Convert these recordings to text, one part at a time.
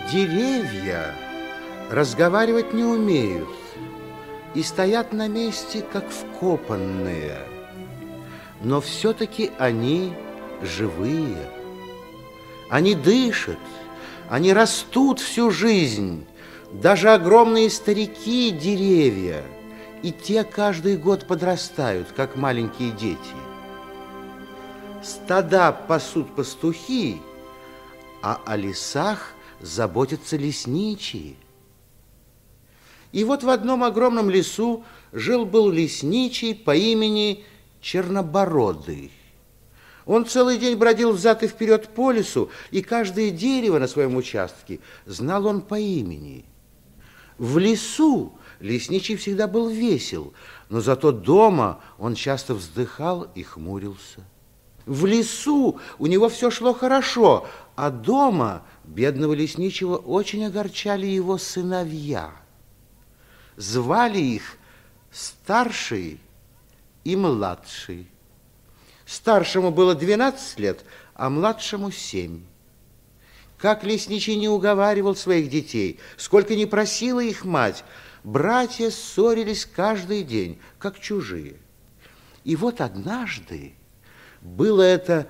Деревья разговаривать не умеют и стоят на месте, как вкопанные. Но все-таки они живые. Они дышат, они растут всю жизнь. Даже огромные старики деревья, и те каждый год подрастают, как маленькие дети. Стада пасут пастухи, а о лесах заботятся лесничие. И вот в одном огромном лесу жил-был лесничий по имени Чернобородый. Он целый день бродил взад и вперед по лесу, и каждое дерево на своем участке знал он по имени. В лесу лесничий всегда был весел, но зато дома он часто вздыхал и хмурился. В лесу у него все шло хорошо, а дома бедного лесничего очень огорчали его сыновья. Звали их Старший и Младший. Старшему было 12 лет, а младшему 7. Как лесничий не уговаривал своих детей, сколько не просила их мать, братья ссорились каждый день, как чужие. И вот однажды, было это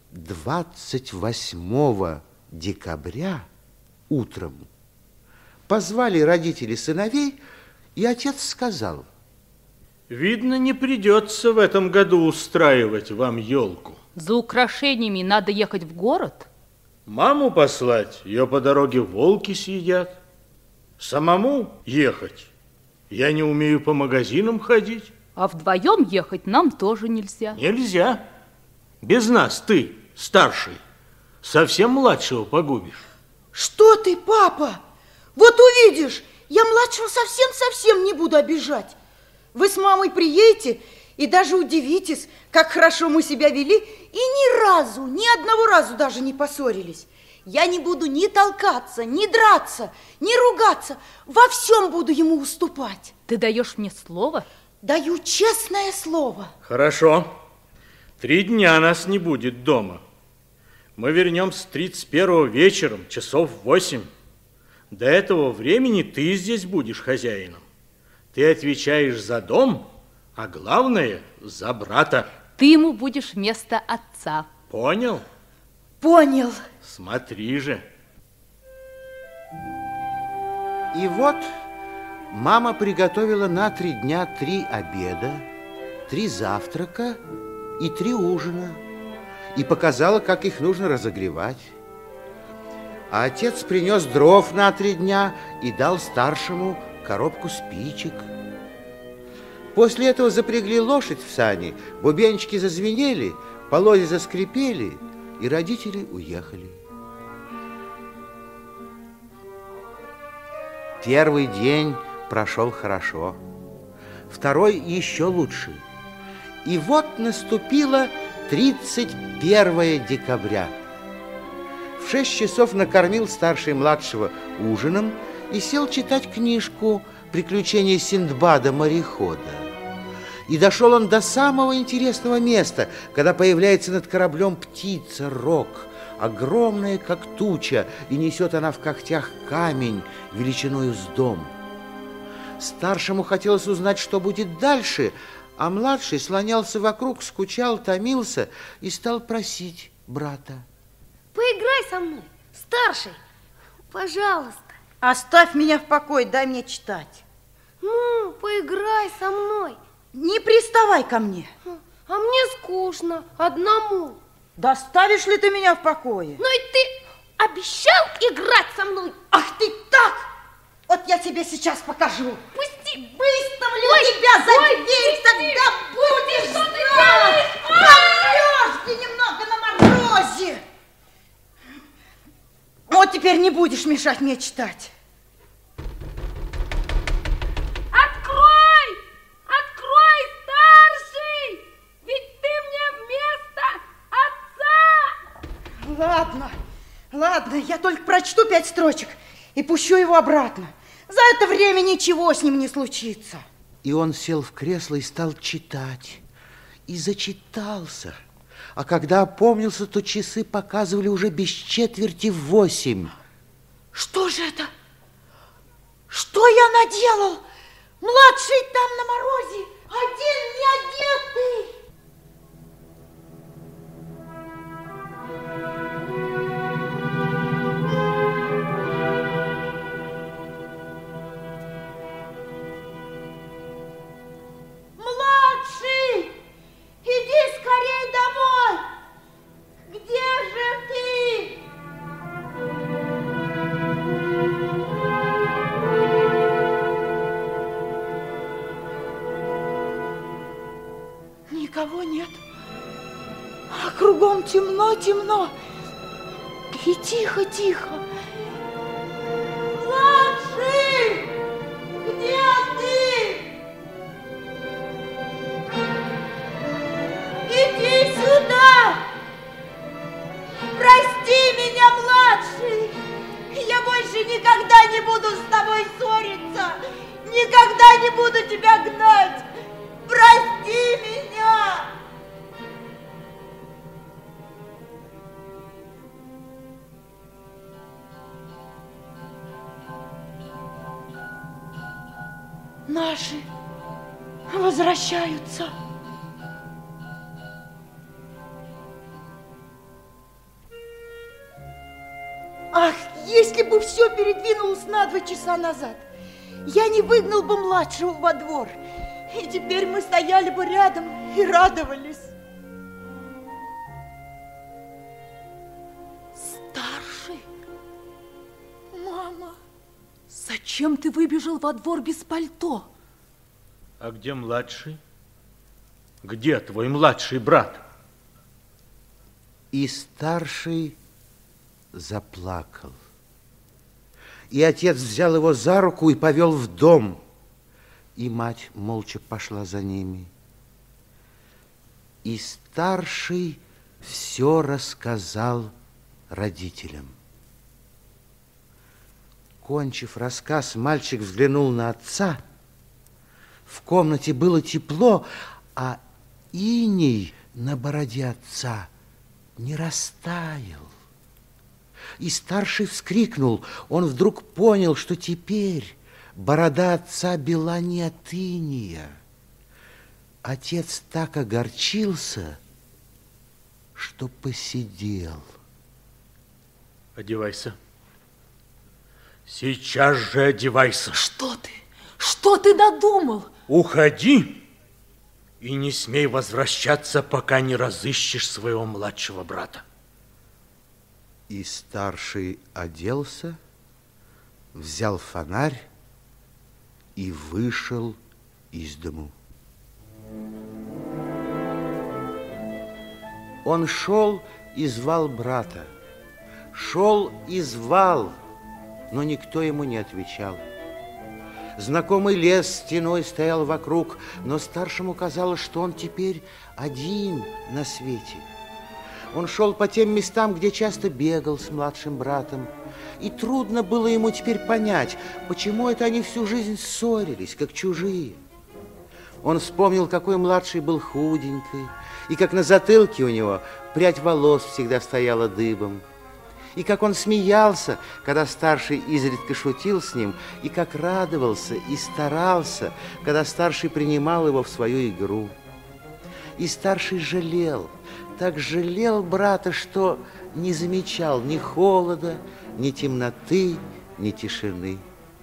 28 декабря утром, позвали родители сыновей, и отец сказал: видно, не придется в этом году устраивать вам елку. За украшениями надо ехать в город? Маму послать, ее по дороге волки съедят. Самому ехать? Я не умею по магазинам ходить. А вдвоем ехать нам тоже нельзя. Нельзя. Без нас ты, старший, совсем младшего погубишь. Что ты, папа? Вот увидишь, я младшего совсем-совсем не буду обижать. Вы с мамой приедете и даже удивитесь, как хорошо мы себя вели, и ни одного разу даже не поссорились. Я не буду ни толкаться, ни драться, ни ругаться. Во всем буду ему уступать. Ты даешь мне слово? Даю честное слово. Хорошо. 3 дня нас не будет дома. Мы вернемся 31-го вечером, часов в 8. До этого времени ты здесь будешь хозяином. Ты отвечаешь за дом, а главное, за брата. Ты ему будешь вместо отца. Понял? Понял. Смотри же. И вот мама приготовила на 3 дня 3 обеда, 3 завтрака и 3 ужина, и показала, как их нужно разогревать. А отец принес дров на 3 дня и дал старшему коробку спичек. После этого запрягли лошадь в сани, бубенчики зазвенели, полозья заскрипели, и родители уехали. Первый день прошел хорошо, второй еще лучше. И вот наступило 31 декабря. В 6 часов накормил старший младшего ужином и сел читать книжку «Приключения Синдбада-морехода». И дошел он до самого интересного места, когда появляется над кораблем птица Рок, огромная, как туча, и несет она в когтях камень величиною с дом. Старшему хотелось узнать, что будет дальше, а младший слонялся вокруг, скучал, томился и стал просить брата: поиграй со мной, старший, пожалуйста. Оставь меня в покое, дай мне читать. Ну, поиграй со мной. Не приставай ко мне. А мне скучно одному. Доставишь ли ты меня в покое? Ну и ты обещал играть со мной. Ах ты так! Вот я тебе сейчас покажу. Пусти. Выставлю тебя за дверь, тогда будешь знать. Помрешь немного на морозе. Вот теперь не будешь мешать мне читать. Открой! Открой, старший! Ведь ты мне вместо отца! Ладно, я только прочту 5 строчек и пущу его обратно. За это время ничего с ним не случится. И он сел в кресло и стал читать. И зачитался. А когда опомнился, то часы показывали уже без 7:45. Что же это? Что я наделал? Младший там на морозе, один не одетый. Младший, иди скорей домой. Где же ты? Никого нет. А кругом темно-темно. И тихо-тихо. Младший! Где ты? Иди сюда! Прости меня, младший! Я больше никогда не буду с тобой ссориться! Никогда не буду тебя гнать! Прости меня! Наши возвращаются. Ах, если бы все передвинулось на 2 часа назад, я не выгнал бы младшего во двор, и теперь мы стояли бы рядом и радовались. Старший, Мама, зачем ты выбежал во двор без пальто? А где младший? Где твой младший брат? И старший заплакал. И отец взял его за руку и повел в дом. И мать молча пошла за ними. И старший все рассказал родителям. Кончив рассказ, мальчик взглянул на отца. В комнате было тепло, а иней на бороде отца не растаял. И старший вскрикнул. Он вдруг понял, что теперь борода отца бела не от иния. Отец так огорчился, что посидел. Одевайся. Сейчас же одевайся. Что ты? Что ты надумал? Уходи и не смей возвращаться, пока не разыщешь своего младшего брата. И старший оделся, взял фонарь и вышел из дому. Он шел и звал брата. Шел и звал, но никто ему не отвечал. Знакомый лес стеной стоял вокруг, но старшему казалось, что он теперь один на свете. Он шел по тем местам, где часто бегал с младшим братом, и трудно было ему теперь понять, почему это они всю жизнь ссорились, как чужие. Он вспомнил, какой младший был худенький, и как на затылке у него прядь волос всегда стояла дыбом, и как он смеялся, когда старший изредка шутил с ним, и как радовался и старался, когда старший принимал его в свою игру. И старший жалел, так жалел брата, что не замечал ни холода, ни темноты, ни тишины.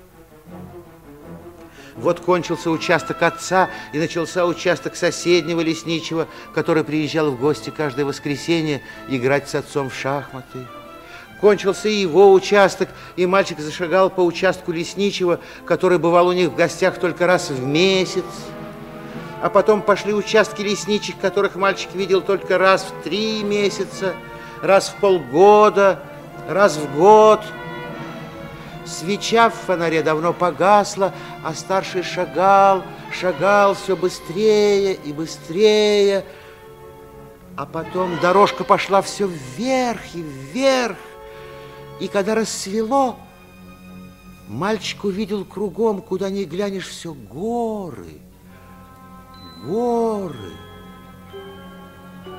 Вот кончился участок отца, и начался участок соседнего лесничего, который приезжал в гости каждое воскресенье играть с отцом в шахматы. Кончился и его участок, и мальчик зашагал по участку лесничего, который бывал у них в гостях только раз в месяц. А потом пошли участки лесничих, которых мальчик видел только раз в 3 месяца, раз в полгода, раз в год. Свеча в фонаре давно погасла, а старший шагал все быстрее и быстрее. А потом дорожка пошла все вверх и вверх. И когда рассвело, мальчик увидел кругом, куда ни глянешь, все горы, горы,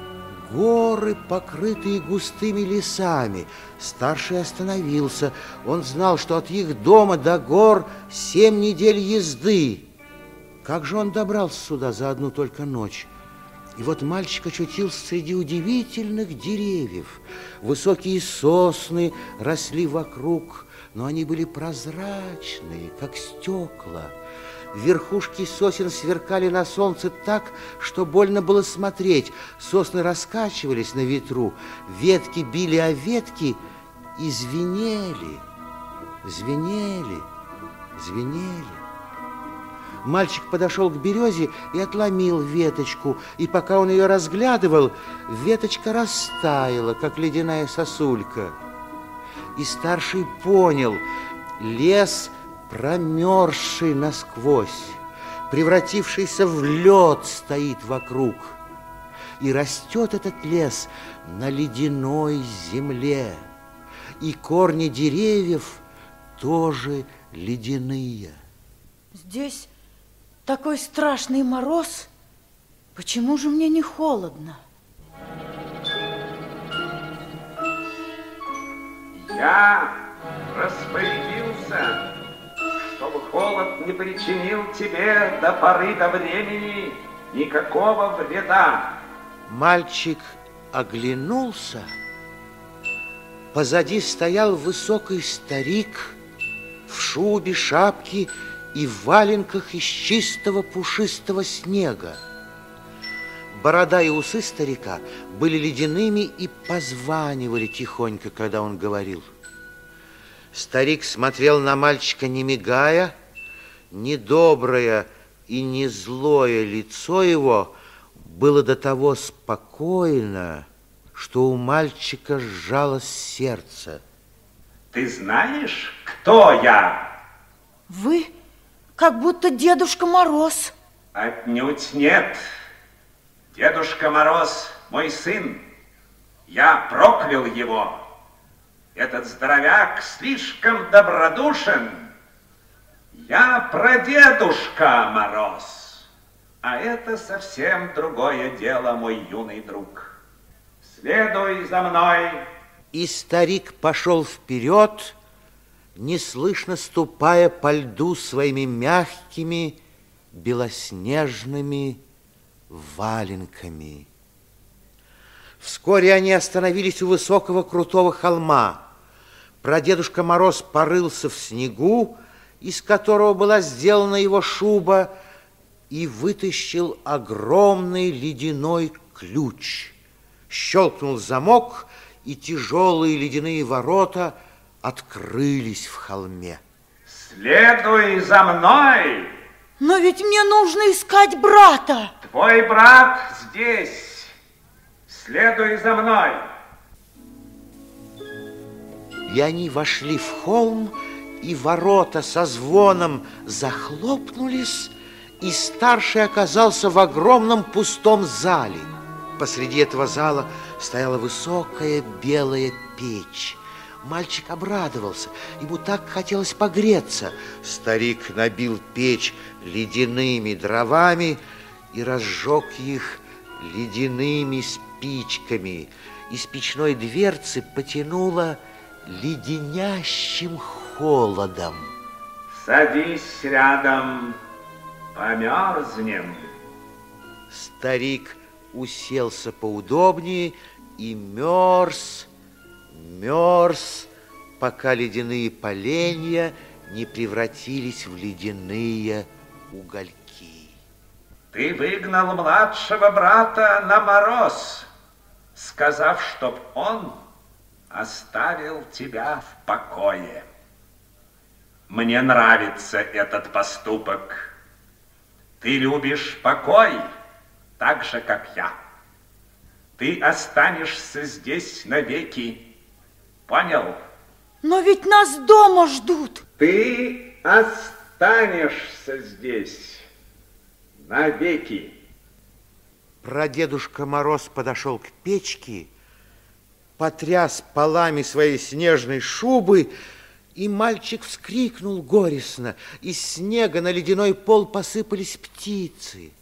горы, покрытые густыми лесами. Старший остановился. Он знал, что от их дома до гор 7 недель езды. Как же он добрался сюда за одну только ночь? И вот мальчик очутился среди удивительных деревьев. Высокие сосны росли вокруг, но они были прозрачные, как стекла. Верхушки сосен сверкали на солнце так, что больно было смотреть. Сосны раскачивались на ветру, ветки били о ветки и звенели, звенели, звенели. Мальчик подошел к березе и отломил веточку, и пока он ее разглядывал, веточка растаяла, как ледяная сосулька. И старший понял, лес промерзший насквозь, превратившийся в лед, стоит вокруг. И растет этот лес на ледяной земле, и корни деревьев тоже ледяные. Здесь такой страшный мороз. Почему же мне не холодно? Я распорядился, чтобы холод не причинил тебе до поры до времени никакого вреда. Мальчик оглянулся. Позади стоял высокий старик в шубе, шапке и в валенках из чистого пушистого снега. Борода и усы старика были ледяными и позванивали тихонько, когда он говорил. Старик смотрел на мальчика, не мигая. Недоброе и не злое лицо его было до того спокойно, что у мальчика сжалось сердце. Ты знаешь, кто я? Вы как будто Дедушка Мороз. Отнюдь нет. Дедушка Мороз мой сын. Я проклял его. Этот здоровяк слишком добродушен. Я прадедушка Мороз. А это совсем другое дело, мой юный друг. Следуй за мной. И старик пошел вперед, неслышно ступая по льду своими мягкими белоснежными валенками. Вскоре они остановились у высокого крутого холма. Прадедушка Мороз порылся в снегу, из которого была сделана его шуба, и вытащил огромный ледяной ключ. Щелкнул замок, и тяжелые ледяные ворота открылись в холме. Следуй за мной. Но ведь мне нужно искать брата. Твой брат здесь. Следуй за мной. И они вошли в холм, и ворота со звоном захлопнулись, и старший оказался в огромном пустом зале. Посреди этого зала стояла высокая белая печь. Мальчик обрадовался, ему так хотелось погреться. Старик набил печь ледяными дровами и разжег их ледяными спичками. Из печной дверцы потянуло леденящим холодом. Садись рядом, померзнем. Старик уселся поудобнее и мерз, пока ледяные поленья не превратились в ледяные угольки. Ты выгнал младшего брата на мороз, сказав, чтоб он оставил тебя в покое. Мне нравится этот поступок. Ты любишь покой, так же, как я. Ты останешься здесь навеки. Понял? Но ведь нас дома ждут. Ты останешься здесь навеки. Прадедушка Мороз подошел к печке, потряс полами своей снежной шубы, и мальчик вскрикнул горестно. Из снега на ледяной пол посыпались птицы.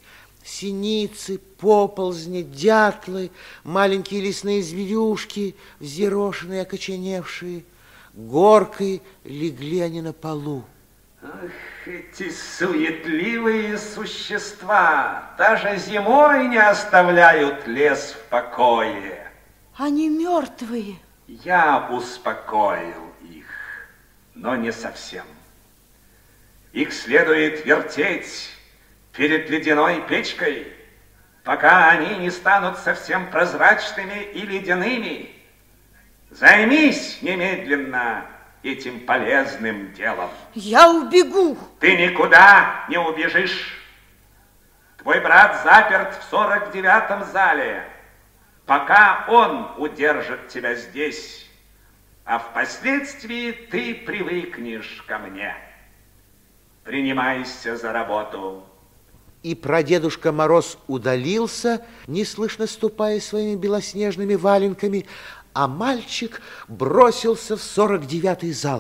Синицы, поползни, дятлы, маленькие лесные зверюшки, взъерошенные, окоченевшие. Горкой легли они на полу. Ах, эти суетливые существа даже зимой не оставляют лес в покое. Они мертвые. Я успокоил их, но не совсем. Их следует вертеть перед ледяной печкой, пока они не станут совсем прозрачными и ледяными. Займись немедленно этим полезным делом. Я убегу. Ты никуда не убежишь. Твой брат заперт в 49-м зале, пока он удержит тебя здесь, а впоследствии ты привыкнешь ко мне. Принимайся за работу. И прадедушка Мороз удалился, неслышно ступая своими белоснежными валенками, а мальчик бросился в 49-й зал.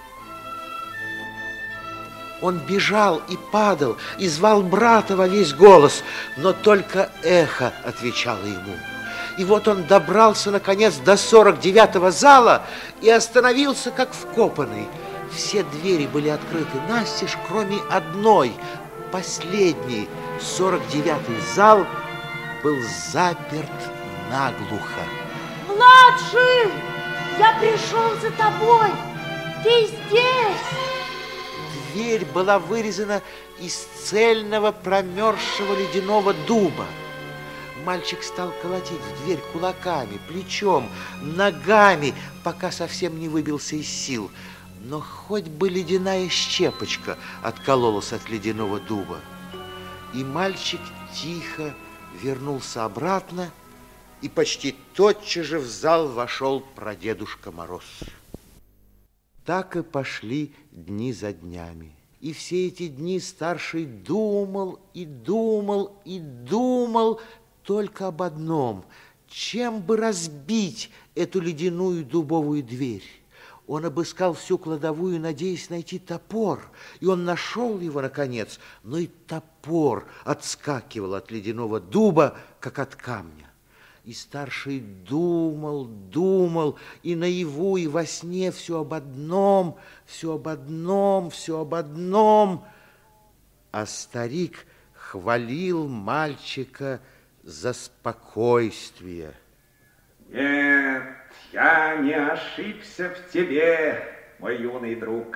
Он бежал и падал, и звал брата во весь голос, но только эхо отвечало ему. И вот он добрался, наконец, до 49-го зала и остановился, как вкопанный. Все двери были открыты настежь, кроме одной, последний. 49-й зал был заперт наглухо. Младший, я пришел за тобой. Ты здесь. Дверь была вырезана из цельного промерзшего ледяного дуба. Мальчик стал колотить в дверь кулаками, плечом, ногами, пока совсем не выбился из сил. Но хоть бы ледяная щепочка откололась от ледяного дуба. И мальчик тихо вернулся обратно, и почти тотчас же в зал вошел прадедушка Мороз. Так и пошли дни за днями. И все эти дни старший думал и думал и думал только об одном: чем бы разбить эту ледяную дубовую дверь. Он обыскал всю кладовую, надеясь найти топор, и он нашел его, наконец, но и топор отскакивал от ледяного дуба, как от камня. И старший думал, думал, и наяву, и во сне все об одном, все об одном, все об одном. А старик хвалил мальчика за спокойствие. Нет, я не ошибся в тебе, мой юный друг.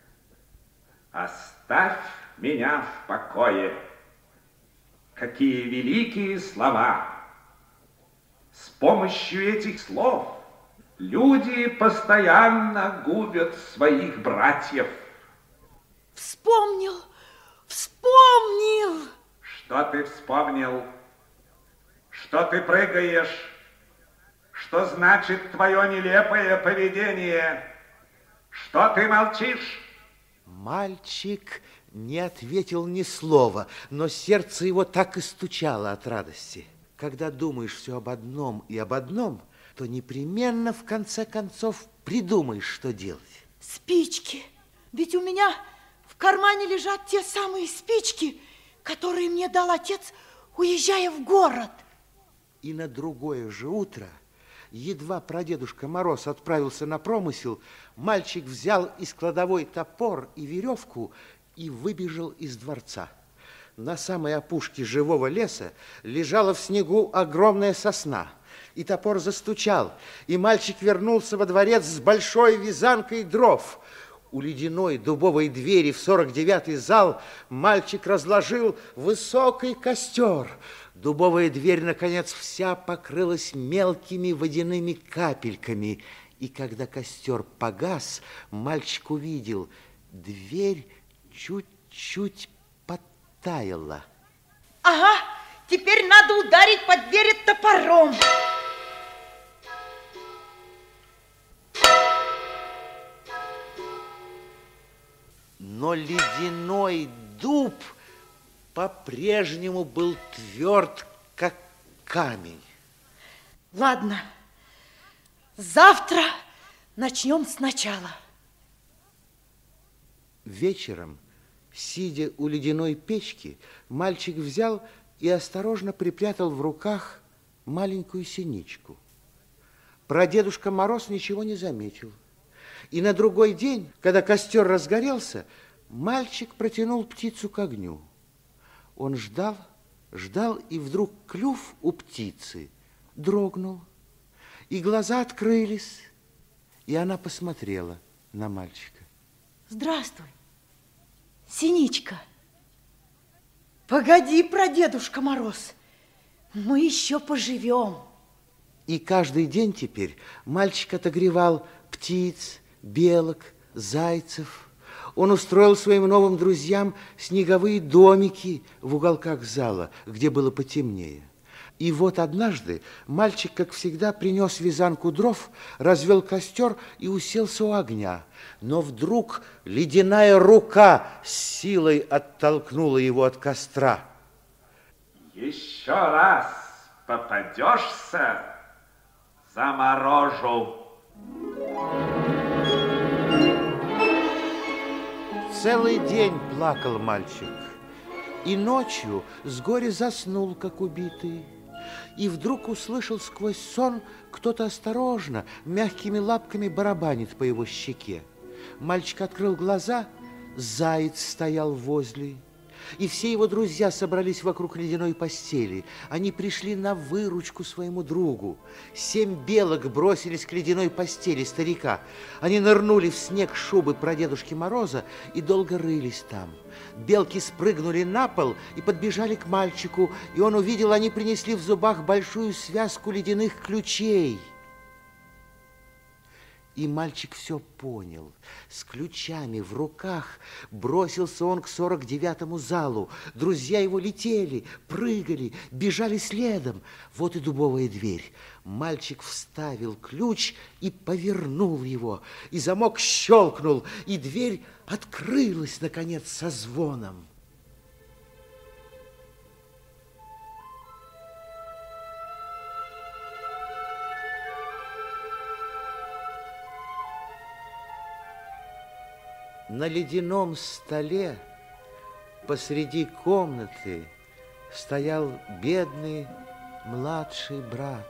Оставь меня в покое. Какие великие слова! С помощью этих слов люди постоянно губят своих братьев. Вспомнил, вспомнил. Что ты вспомнил? Что ты прыгаешь? Что значит твое нелепое поведение? Что ты молчишь? Мальчик не ответил ни слова, но сердце его так и стучало от радости. Когда думаешь все об одном и об одном, то непременно в конце концов придумаешь, что делать. Спички. Ведь у меня в кармане лежат те самые спички, которые мне дал отец, уезжая в город. И на другое же утро, едва прадедушка Мороз отправился на промысел, мальчик взял из кладовой топор и веревку и выбежал из дворца. На самой опушке живого леса лежала в снегу огромная сосна, и топор застучал, и мальчик вернулся во дворец с большой вязанкой дров. У ледяной дубовой двери в 49-й зал мальчик разложил высокий костер. Дубовая дверь, наконец, вся покрылась мелкими водяными капельками, и когда костер погас, мальчик увидел, дверь чуть-чуть подтаяла. Ага, теперь надо ударить по двери топором. Но ледяной дуб по-прежнему был тверд, как камень. Ладно, завтра начнем сначала. Вечером, сидя у ледяной печки, мальчик взял и осторожно припрятал в руках маленькую синичку. Прадедушка Мороз ничего не заметил. И на другой день, когда костер разгорелся, мальчик протянул птицу к огню. Он ждал, ждал, и вдруг клюв у птицы дрогнул, и глаза открылись, и она посмотрела на мальчика. Здравствуй, Синичка. Погоди, прадедушка Мороз, мы еще поживем. И каждый день теперь мальчик отогревал птиц, белок, зайцев. Он устроил своим новым друзьям снеговые домики в уголках зала, где было потемнее. И вот однажды мальчик, как всегда, принес вязанку дров, развел костер и уселся у огня. Но вдруг ледяная рука с силой оттолкнула его от костра. Еще раз попадешься, заморожу. Целый день плакал мальчик, и ночью с горя заснул, как убитый. И вдруг услышал сквозь сон, кто-то осторожно, мягкими лапками барабанит по его щеке. Мальчик открыл глаза, заяц стоял возле. И все его друзья собрались вокруг ледяной постели. Они пришли на выручку своему другу. 7 белок бросились к ледяной постели старика. Они нырнули в снег шубы прадедушки Мороза и долго рылись там. Белки спрыгнули на пол и подбежали к мальчику, и он увидел, они принесли в зубах большую связку ледяных ключей. И мальчик все понял. С ключами в руках бросился он к 49-му залу. Друзья его летели, прыгали, бежали следом. Вот и дубовая дверь. Мальчик вставил ключ и повернул его. И замок щелкнул, и дверь открылась, наконец, со звоном. На ледяном столе посреди комнаты стоял бедный младший брат.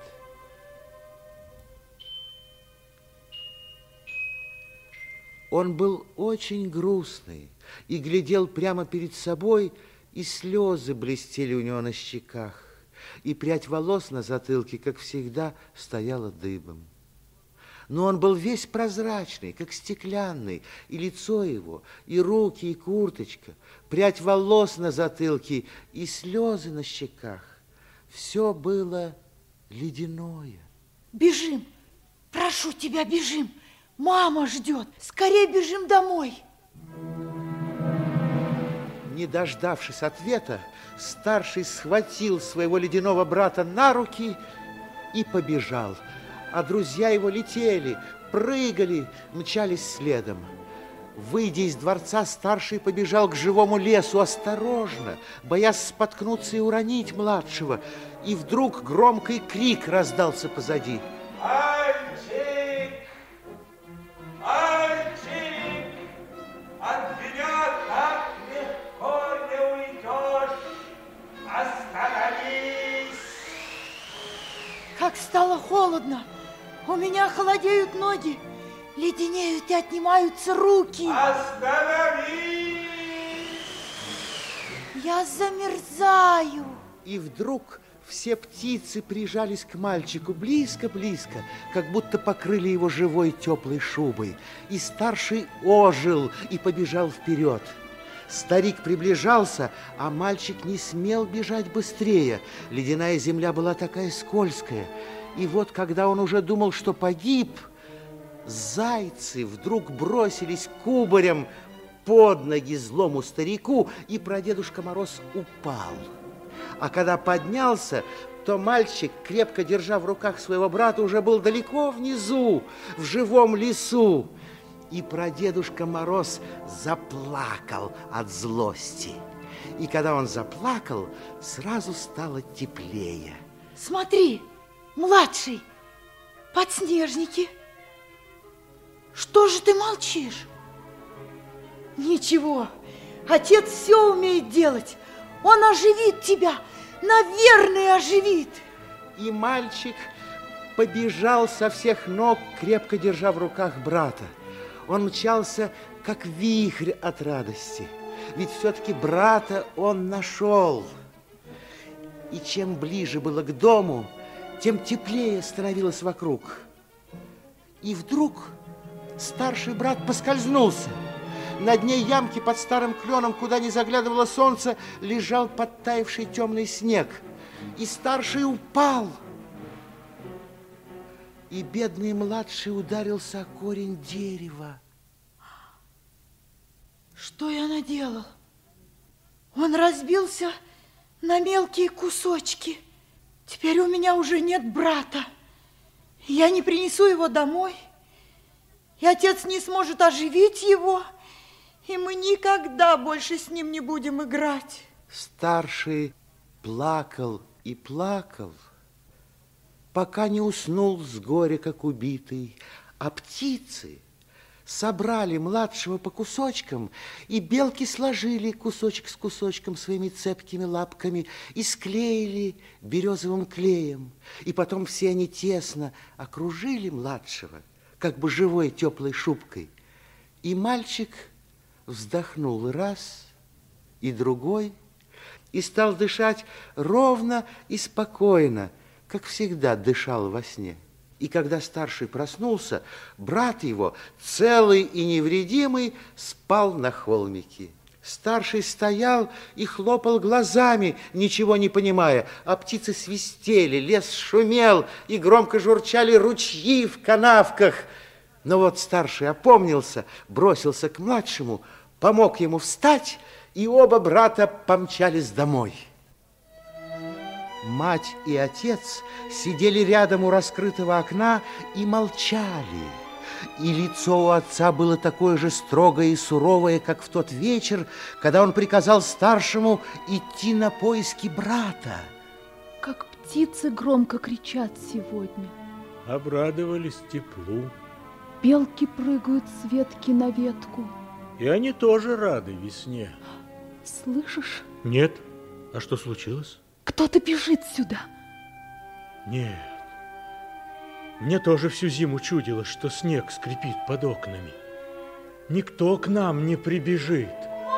Он был очень грустный и глядел прямо перед собой, и слезы блестели у него на щеках, и прядь волос на затылке, как всегда, стояла дыбом. Но он был весь прозрачный, как стеклянный, и лицо его, и руки, и курточка, прядь волос на затылке, и слезы на щеках. Все было ледяное. Бежим, прошу тебя, бежим. Мама ждет. Скорее бежим домой. Не дождавшись ответа, старший схватил своего ледяного брата на руки и побежал. А друзья его летели, прыгали, мчались следом. Выйдя из дворца, старший побежал к живому лесу осторожно, боясь споткнуться и уронить младшего. И вдруг громкий крик раздался позади. Мальчик! Мальчик! От меня так легко не уйдешь! Остановись! Как стало холодно. У меня холодеют ноги, леденеют и отнимаются руки. Остановись! Я замерзаю. И вдруг все птицы прижались к мальчику близко-близко, как будто покрыли его живой теплой шубой. И старший ожил и побежал вперед. Старик приближался, а мальчик не смел бежать быстрее. Ледяная земля была такая скользкая. И вот, когда он уже думал, что погиб, зайцы вдруг бросились кубарем под ноги злому старику, и прадедушка Мороз упал. А когда поднялся, то мальчик, крепко держа в руках своего брата, уже был далеко внизу, в живом лесу. И прадедушка Мороз заплакал от злости. И когда он заплакал, сразу стало теплее. Смотри, младший, подснежники. Что же ты молчишь? Ничего, отец все умеет делать. Он оживит тебя, наверное, оживит. И мальчик побежал со всех ног, крепко держа в руках брата. Он мчался, как вихрь от радости. Ведь все-таки брата он нашел. И чем ближе было к дому, тем теплее становилось вокруг. И вдруг старший брат поскользнулся. На дне ямки под старым кленом, куда не заглядывало солнце, лежал подтаявший темный снег. И старший упал. И бедный младший ударился о корень дерева. Что я наделал? Он разбился на мелкие кусочки. Теперь у меня уже нет брата. Я не принесу его домой. И отец не сможет оживить его. И мы никогда больше с ним не будем играть. Старший плакал и плакал, пока не уснул с горя, как убитый. А птицы собрали младшего по кусочкам, и белки сложили кусочек с кусочком своими цепкими лапками и склеили березовым клеем. И потом все они тесно окружили младшего, как бы живой теплой шубкой. И мальчик вздохнул раз и другой, и стал дышать ровно и спокойно, как всегда дышал во сне. И когда старший проснулся, брат его, целый и невредимый, спал на холмике. Старший стоял и хлопал глазами, ничего не понимая, а птицы свистели, лес шумел, и громко журчали ручьи в канавках. Но вот старший опомнился, бросился к младшему, помог ему встать, и оба брата помчались домой. Мать и отец сидели рядом у раскрытого окна и молчали. И лицо у отца было такое же строгое и суровое, как в тот вечер, когда он приказал старшему идти на поиски брата. Как птицы громко кричат сегодня. Обрадовались теплу. Белки прыгают с ветки на ветку. И они тоже рады весне. Слышишь? Нет. А что случилось? Кто-то бежит сюда. Нет. Мне тоже всю зиму чудилось, что снег скрипит под окнами. Никто к нам не прибежит.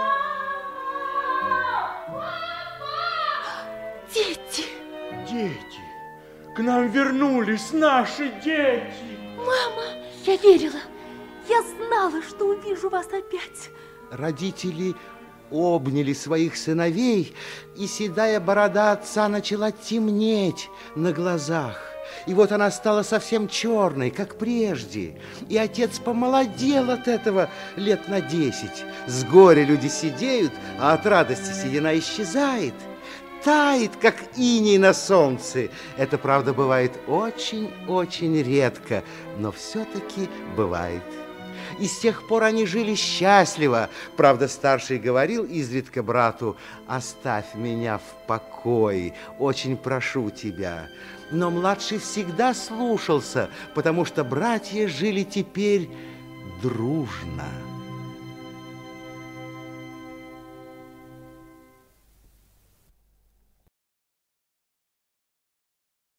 Дети! Дети! К нам вернулись наши дети! Мама! Я верила! Я знала, что увижу вас опять! Родители обняли своих сыновей, и седая борода отца начала темнеть на глазах. И вот она стала совсем черной, как прежде. И отец помолодел от этого лет на 10. С горя люди седеют, а от радости седина исчезает. Тает, как иней на солнце. Это, правда, бывает очень-очень редко, но все-таки бывает. И с тех пор они жили счастливо. Правда, старший говорил изредка брату: «Оставь меня в покое, очень прошу тебя». Но младший всегда слушался, потому что братья жили теперь дружно.